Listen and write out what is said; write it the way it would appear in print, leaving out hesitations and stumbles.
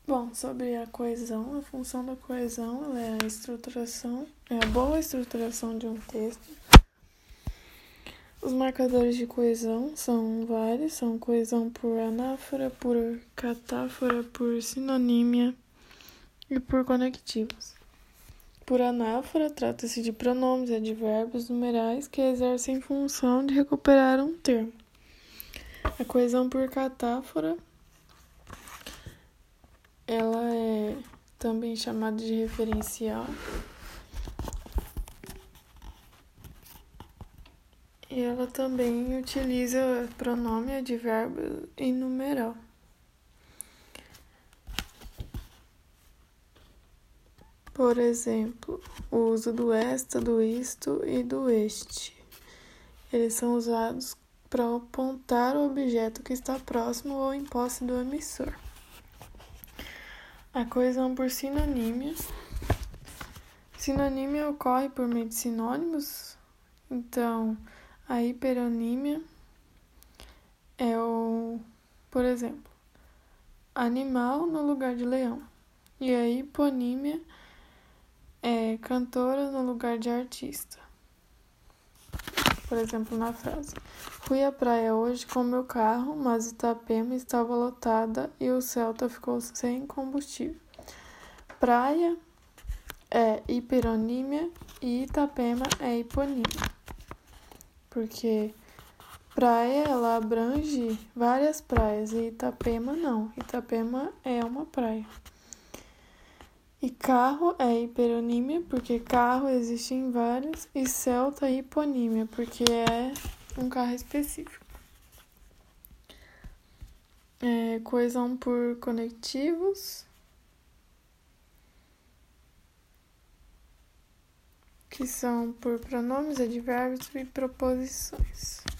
Bom, sobre a coesão, a função da coesão ela é a estruturação, é a boa estruturação de um texto. Os marcadores de coesão são vários, são coesão por anáfora, por catáfora, por sinonímia e por conectivos. Por anáfora, trata-se de pronomes e advérbios numerais que exercem função de recuperar um termo. A coesão por catáfora, ela é também chamada de referencial. E ela também utiliza pronome, advérbio e numeral. Por exemplo, o uso do esta, do isto e do este. Eles são usados para apontar o objeto que está próximo ou em posse do emissor. A coesão por sinonímia. Sinonímia ocorre por meio de sinônimos. Então, a hiperonímia é por exemplo, animal no lugar de leão. E a hiponímia é cantora no lugar de artista. Por exemplo, na frase: fui à praia hoje com meu carro, mas Itapema estava lotada e o Celta ficou sem combustível. Praia é hiperonímia e Itapema é hiponímia. Porque praia, ela abrange várias praias e Itapema não. Itapema é uma praia. E carro é hiperonímia, porque carro existe em vários. E Celta é hiponímia, porque é um carro específico. Coesão por conectivos, que são por pronomes, advérbios e proposições.